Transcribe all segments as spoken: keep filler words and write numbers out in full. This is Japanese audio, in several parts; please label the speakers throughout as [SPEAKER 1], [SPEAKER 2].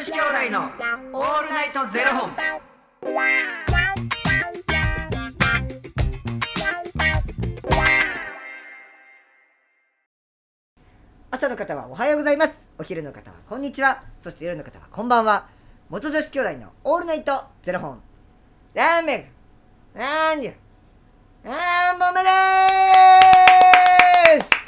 [SPEAKER 1] 子兄弟のオールナイトゼロ本。
[SPEAKER 2] 朝の方はおはようございます。お昼の方はこんにちは。そして夜の方はこんばんは。元女子兄弟のオールナイトゼロ本ラーメンなんじゅ何本目でーす。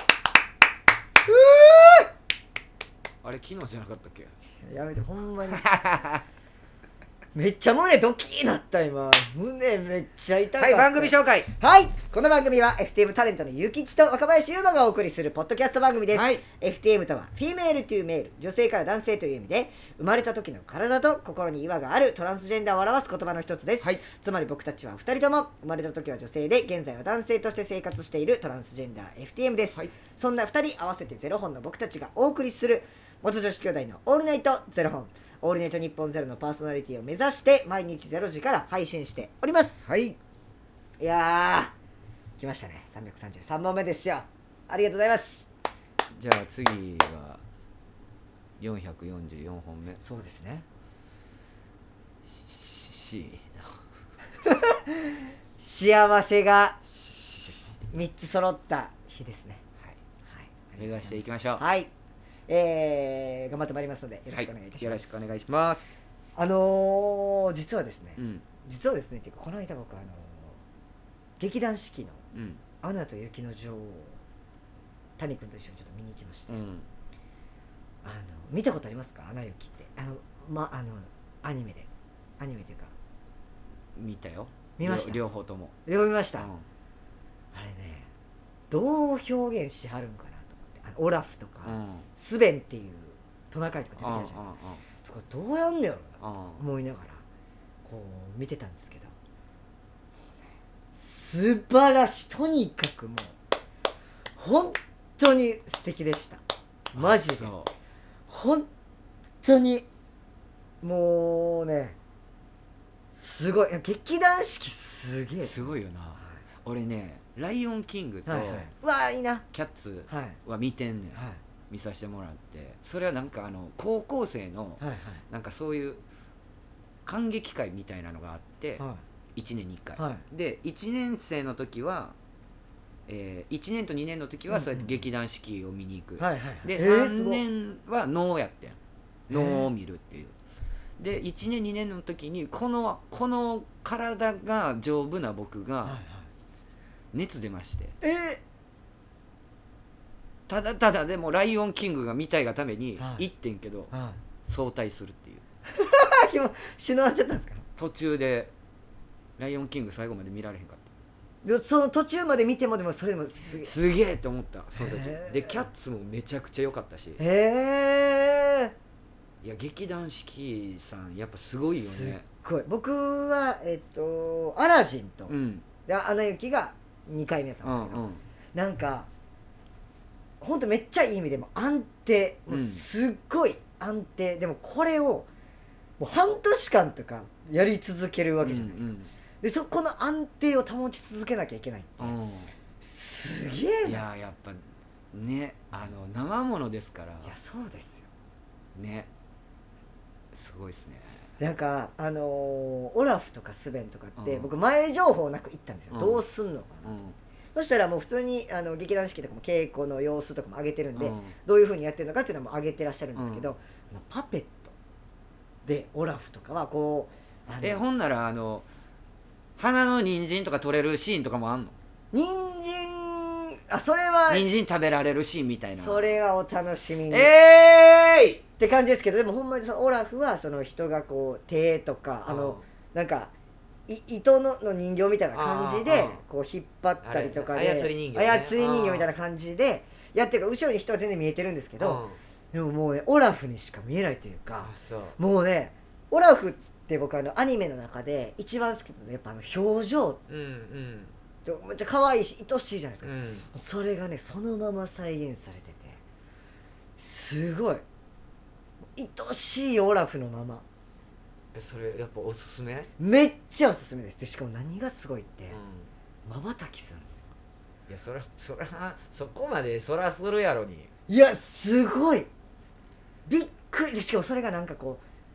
[SPEAKER 1] あれ昨日じゃなかったっけ？
[SPEAKER 2] やめてほんまにめっちゃ胸ドキーなった今。胸めっちゃ痛かった。
[SPEAKER 1] はい、番組紹介。
[SPEAKER 2] はい、この番組は エフティーエム タレントのゆきちと若林優馬がお送りするポッドキャスト番組です、
[SPEAKER 1] はい、
[SPEAKER 2] エフティーエム とはフィメールというメール、女性から男性という意味で、生まれた時の体と心に違和があるトランスジェンダーを表す言葉の一つです、
[SPEAKER 1] はい、
[SPEAKER 2] つまり僕たちはふたりとも生まれた時は女性で現在は男性として生活しているトランスジェンダー エフティーエム です、はい、そんなふたり合わせてゼロ本の僕たちがお送りする元女子兄弟のオールナイトゼロ本、オールナイト日本ゼロのパーソナリティを目指して毎日ゼロじから配信しております。
[SPEAKER 1] はい、
[SPEAKER 2] いやー来ましたね。さんびゃくさんじゅうさんぼんめですよ。ありがとうございます。
[SPEAKER 1] じゃあ次はよんひゃくよんじゅうよんほんめ。
[SPEAKER 2] そうですね。
[SPEAKER 1] しし
[SPEAKER 2] 幸せがみっつ揃った日ですね。
[SPEAKER 1] はい、
[SPEAKER 2] はい、
[SPEAKER 1] 目指していきましょう。
[SPEAKER 2] はい、えー、頑張ってまいりますのでよろしくお願いいたします、はい、
[SPEAKER 1] よろしくお願いします。
[SPEAKER 2] あのー、実はですね、うん、実はですねっていうかこの間僕あのー、劇団四季の「アナと雪の女王」谷君と一緒にちょっと見に行きました、うん、あの見たことありますか？アナ雪ってあの、ま、あのアニメでアニメというか
[SPEAKER 1] 見たよ。
[SPEAKER 2] 見ました。
[SPEAKER 1] 両方とも
[SPEAKER 2] 両方見ました、うん、あれねどう表現しはるんかなと思って、あのオラフとか、うん、スベンっていうトナカイとか出てきたじゃないですか、うんうんうん、とかどうやんねやろな、うん、思いながらこう見てたんですけど、素晴らしい。とにかくもう本当に素敵でした。マジで本当にもうねすごい。劇団四季すげえ
[SPEAKER 1] すごいよな、はい、俺ねライオンキングと、はいはい、
[SPEAKER 2] うわいいな
[SPEAKER 1] キャッツは見てんねん、はい、見させてもらって、それはなんかあの高校生の、はいはい、なんかそういう観劇会みたいなのがあって、はい、いちねんにいっかい、はい、でいちねん生の時は、えー、いちねんとにねんの時はそうやって劇団四季を見に行く、うんうん、でさんねんは能やってん、能を見るっていう。でいちねんにねんの時にこのこの体が丈夫な僕が熱出まして、
[SPEAKER 2] はいはい、え
[SPEAKER 1] ー、ただただでもライオンキングが見たいがために行ってんけど、はい、早退するっていう
[SPEAKER 2] 今死なっちゃったんですか？
[SPEAKER 1] 途中でライオンキング最後まで見られへんかった。
[SPEAKER 2] でその途中まで見てもでもそれでもすげえ
[SPEAKER 1] すげえって思ったその時で。キャッツもめちゃくちゃ良かったし、
[SPEAKER 2] へえ。
[SPEAKER 1] いや劇団四季さんやっぱすごいよね。すっ
[SPEAKER 2] ごい。僕はえっとアラジンと、うん、でアナ雪がにかいめだったんですけど、うんうん、なんかほんとめっちゃいい意味でも安定、もうすっごい安定、うん、でもこれをもう半年間とかやり続けるわけじゃないですか、うんうん、でそこの安定を保ち続けなきゃいけないって、うん、すげえな。
[SPEAKER 1] いややっぱねあの生ものですから。
[SPEAKER 2] いやそうですよ
[SPEAKER 1] ね、すごいですね。
[SPEAKER 2] なんかあのー、オラフとかスベンとかって、うん、僕前情報なく行ったんですよ、うん、どうすんのかな、うん、そしたらもう普通にあの劇団四季とかも稽古の様子とかも上げてるんで、うん、どういう風にやってるのかっていうのも上げてらっしゃるんですけど、うん、パペットでオラフとかはこ
[SPEAKER 1] うえほんならあの花の人参とか取れるシーンとかもあんの？
[SPEAKER 2] 人参あそれは
[SPEAKER 1] 人参食べられるシーンみたいな。
[SPEAKER 2] それはお楽しみに
[SPEAKER 1] えーい
[SPEAKER 2] って感じですけど、でもほんまにそのオラフはその人がこう手とかあのなんかい糸 の, の人形みたいな感じでこう引っ張ったりとかで
[SPEAKER 1] 操り人形、ね、
[SPEAKER 2] 操り人形みたいな感じでやってるから後ろに人は全然見えてるんですけど、でももうねオラフにしか見えないというか、
[SPEAKER 1] そう
[SPEAKER 2] もうねオラフって僕あのアニメの中で一番好きなのはやっぱあの表情、うんうんめっちゃ可愛いし愛しいじゃないですか、うん、それがねそのまま再現されててすごい愛しいオラフのまま。
[SPEAKER 1] えそれやっぱおすすめ？
[SPEAKER 2] めっちゃおすすめです。でしかも何がすごいってまばたきするんですよ。
[SPEAKER 1] いやそらそらそこまでそらするやろに。
[SPEAKER 2] いやすごいびっくりで、しかもそれがなんかこう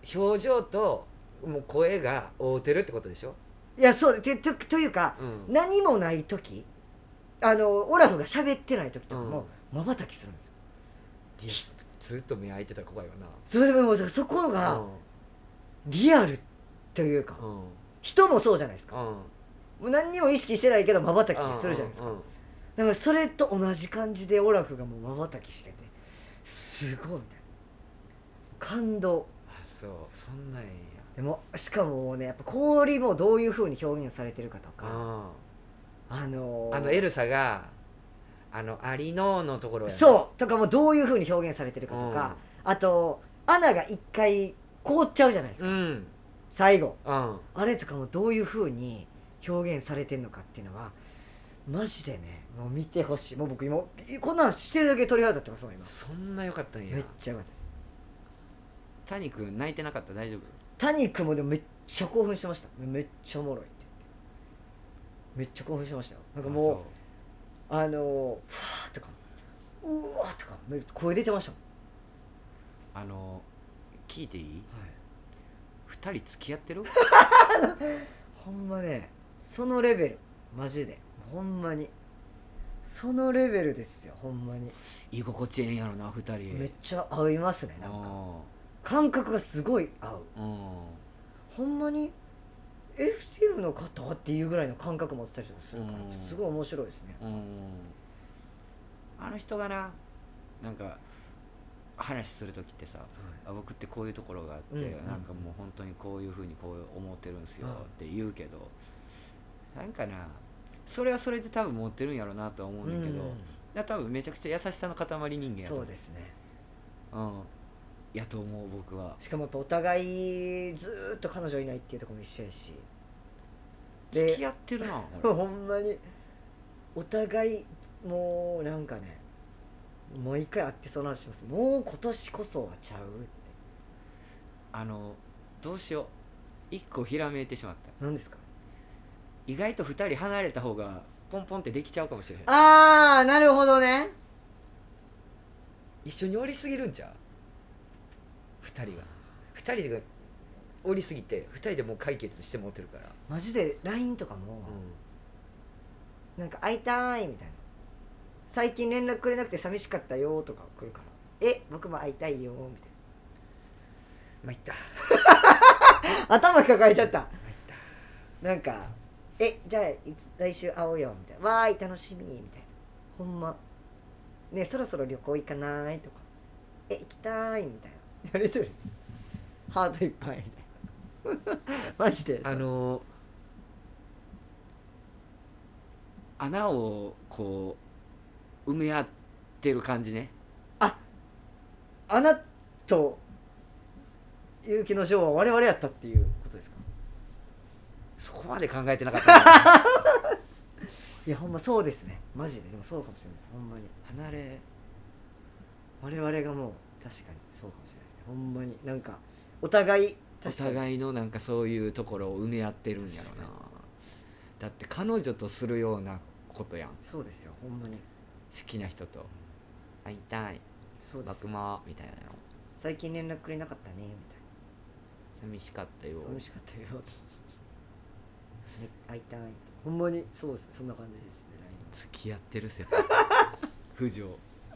[SPEAKER 1] 表情ともう声が合うてるってことでしょ。
[SPEAKER 2] いやそうて と, というか、うん、何もない時あのオラフが喋ってない時とかもまばたきするんですよ、
[SPEAKER 1] うん、ずっと目開いてたら怖いよな。
[SPEAKER 2] それでもそこがリアルというか、うん、人もそうじゃないですか、うん、もう何にも意識してないけどまばたきするじゃないですか、うんうんうん、だからそれと同じ感じでオラフがもうまばたきしててすごいみたいな感動。
[SPEAKER 1] あそうそんなんや。
[SPEAKER 2] でもしかもねやっぱ氷もどういう風に表現されてるかとか、あのー、
[SPEAKER 1] あのエルサがあのアリノのところや、ね、
[SPEAKER 2] そうとかもどういう風に表現されてるかとか、あとアナが一回凍っちゃうじゃないですか、うん、最後、うん、あれとかもどういう風に表現されてるのかっていうのはマジでねもう見てほしい。もう僕今こんなんしてるだけ鳥肌立ってますもん今。
[SPEAKER 1] そんな良かったんや。
[SPEAKER 2] めっちゃ良かったです。
[SPEAKER 1] 谷君泣いてなかった？大丈夫？
[SPEAKER 2] 谷君もでもめっちゃ興奮してました。めっちゃおもろいって言ってめっちゃ興奮してましたよ。なんかもうあ, あのー、ふわーとかうわーとか声出てましたも
[SPEAKER 1] ん。あのー、聞いていい？はい、ふたり付き合ってる？
[SPEAKER 2] ほんまねそのレベルマジでほんまにそのレベルですよほんまに。
[SPEAKER 1] 居心地ええんやろなふたり。
[SPEAKER 2] めっちゃ合いますね。なんか感覚がすごい合う。ほんまに エフティーエム の方っていうぐらいの感覚持ってたりとかするからすごい面白いですね。
[SPEAKER 1] あの人がななんか話する時ってさ、はい、あ僕ってこういうところがあって、うん、なんかもう本当にこういうふうにこう思ってるんですよって言うけど、うん、なんかなそれはそれで多分持ってるんやろうなとは思うんだけど、うん、多分めちゃくちゃ優しさの塊人間やと。
[SPEAKER 2] そうですね。
[SPEAKER 1] うんやと思う僕は。
[SPEAKER 2] しかもやっぱお互いずーっと彼女いないっていうところも一緒やし
[SPEAKER 1] で付き合ってるな
[SPEAKER 2] ほんまにお互いもうなんかねもう一回会ってその話します。もう今年こそはちゃうって。
[SPEAKER 1] あのどうしよう一個ひらめいてしまった。
[SPEAKER 2] 何ですか？
[SPEAKER 1] 意外と二人離れた方がポンポンってできちゃうかもしれへん。
[SPEAKER 2] あーなるほどね。
[SPEAKER 1] 一緒におりすぎるんちゃうふたりが。ふたりがおりすぎてふたりでもう解決してもうてるから。
[SPEAKER 2] マジで ライン とかも、うん、なんか会いたいみたいな最近連絡くれなくて寂しかったよとか来るからえ僕も会いたいよみたいな。
[SPEAKER 1] まいった
[SPEAKER 2] 頭抱えちゃった。まいったなんかえじゃあいつ来週会おうよみたいなわーい楽しみみたいなほんまねそろそろ旅行行かないとかえ行きたいみたいなやれてるんです。ハートいっぱいみたいなマジで
[SPEAKER 1] あの穴をこう埋め合ってる感じね。
[SPEAKER 2] あ穴と勇気の女王は我々やったっていうことですか？
[SPEAKER 1] そこまで考えてなかった
[SPEAKER 2] いやほんまそうですねマジで。でもそうかもしれないですほんまに。
[SPEAKER 1] 離れ
[SPEAKER 2] 我々がもう確かにそうかもしれないですねほんまに。なんかお互い
[SPEAKER 1] お互いのなんかそういうところを埋め合ってるんやろな。だって彼女とするようなことやん。
[SPEAKER 2] そうですよほんまに。
[SPEAKER 1] 好きな人と会いたい僕もみたいなの
[SPEAKER 2] 最近連絡くれなかったねみたい
[SPEAKER 1] な寂しかったよ
[SPEAKER 2] 寂しかったよ会いたいほんまにそうですそんな感じですね。
[SPEAKER 1] 付き合ってる説浮上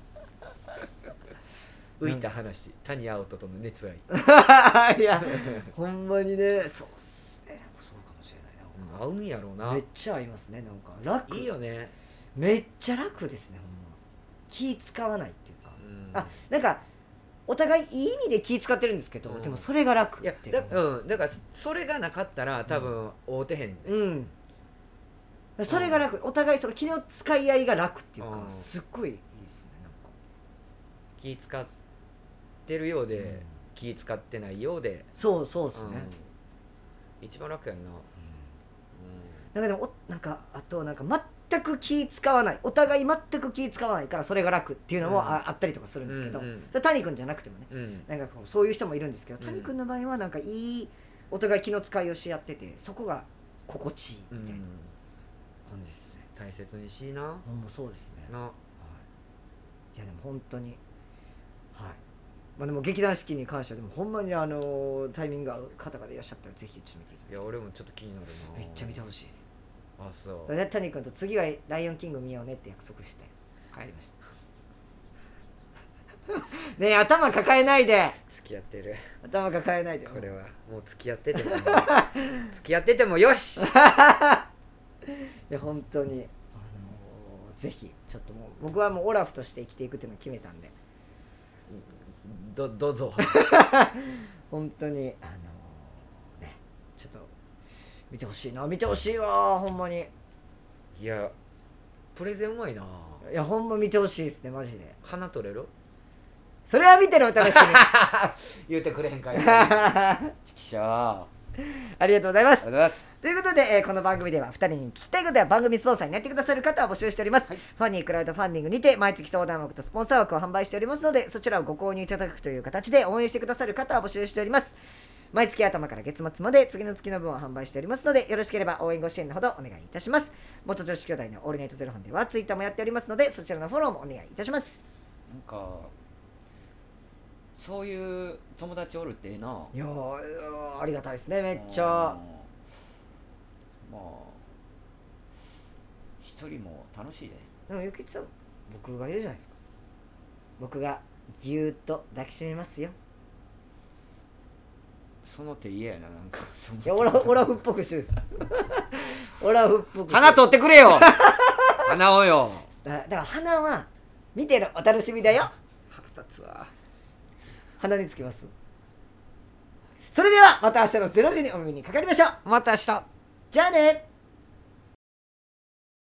[SPEAKER 1] 浮いた話谷青人との熱
[SPEAKER 2] 愛いやほんまにねそうっすねそうかもしれないな、
[SPEAKER 1] うん、合うんやろうな。
[SPEAKER 2] めっちゃ合いますね。なんか楽
[SPEAKER 1] いいよね。
[SPEAKER 2] めっちゃ楽ですねほんま。気使わないっていうか、うん、あなんかお互いいい意味で気使ってるんですけど、うん、でもそれが楽って
[SPEAKER 1] いや だ,、うん、だからそれがなかったら多分会うてへんね、
[SPEAKER 2] うん、うん、それが楽、うん、お互いその気の使い合いが楽っていうか、うん、すっごいいいですね。なんか
[SPEAKER 1] 気使ってるようで、うん、気使ってないようで
[SPEAKER 2] そうそうですね、
[SPEAKER 1] うん、一番楽やんな、
[SPEAKER 2] うんうん、なんかでもなんかあとなんか全く気使わないお互い全く気使わないからそれが楽っていうのも あ,、うん、あったりとかするんですけど、うんうん、それ谷君じゃなくてもね、うん、なんかこうそういう人もいるんですけど、うん、谷君の場合はなんかいいお互い気の使いをし合っててそこが心地いいみたいな感じですね、
[SPEAKER 1] うん、大切にしいな。
[SPEAKER 2] ほんまそうですねな、はい、いやでも本当にはいまあ、でも劇団四季に関してはでもほんまにあのタイミングが合う方がいらっしゃったらぜひちょっと見ていただきたい。
[SPEAKER 1] いや俺もちょっと気になるな。
[SPEAKER 2] めっちゃ見てほしいです。
[SPEAKER 1] あそう
[SPEAKER 2] で谷君と次はライオンキング見ようねって約束して帰りましたねえ頭抱えないで。
[SPEAKER 1] 付き合ってる。
[SPEAKER 2] 頭抱えないで。
[SPEAKER 1] これはもう付き合ってても付き合っててもよしい
[SPEAKER 2] や本当に、あのー、ぜひちょっともう僕はもうオラフとして生きていくっていうのを決めたんで
[SPEAKER 1] ど, どうぞ
[SPEAKER 2] 本当にあのー、ねちょっと見てほしいな。見てほしいわほんまに。
[SPEAKER 1] いやプレゼンうまいな。
[SPEAKER 2] いやほんま見てほしいですねマジで。
[SPEAKER 1] 花取れる。
[SPEAKER 2] それは見てのお楽しみ
[SPEAKER 1] 言うてくれへんかいちきしょう。
[SPEAKER 2] ありがとうございます。
[SPEAKER 1] ありがとうございます。
[SPEAKER 2] ということで、えー、この番組ではふたりに聞きたいことや番組スポンサーになってくださる方を募集しております、はい、ファニークラウドファンディングにて毎月相談枠とスポンサー枠を販売しておりますので、そちらをご購入いただくという形で応援してくださる方を募集しております。毎月頭から月末まで次の月の分を販売しておりますので、よろしければ応援ご支援のほどお願いいたします。元女子兄弟のオールナイトゼロ本ではツイッターもやっておりますので、そちらのフォローもお願いいたします。
[SPEAKER 1] なんかそういう友達おるってええな。
[SPEAKER 2] いやありがたいですね。めっちゃ
[SPEAKER 1] まあ一人も楽しいで。
[SPEAKER 2] でもゆきちさん僕がいるじゃないですか。僕がぎゅーっと抱きしめますよ。
[SPEAKER 1] その手嫌やな。なんかその
[SPEAKER 2] いやオラオラフっぽくしてるんですオラフっぽく
[SPEAKER 1] 花取ってくれよ花をよ。
[SPEAKER 2] だ, だから花は見てるお楽しみだよ。
[SPEAKER 1] 腹立つわ。
[SPEAKER 2] 鼻につきます。それではまた明日のゼロ時にお耳にかかりましょう。
[SPEAKER 1] また明日。
[SPEAKER 2] じゃあね。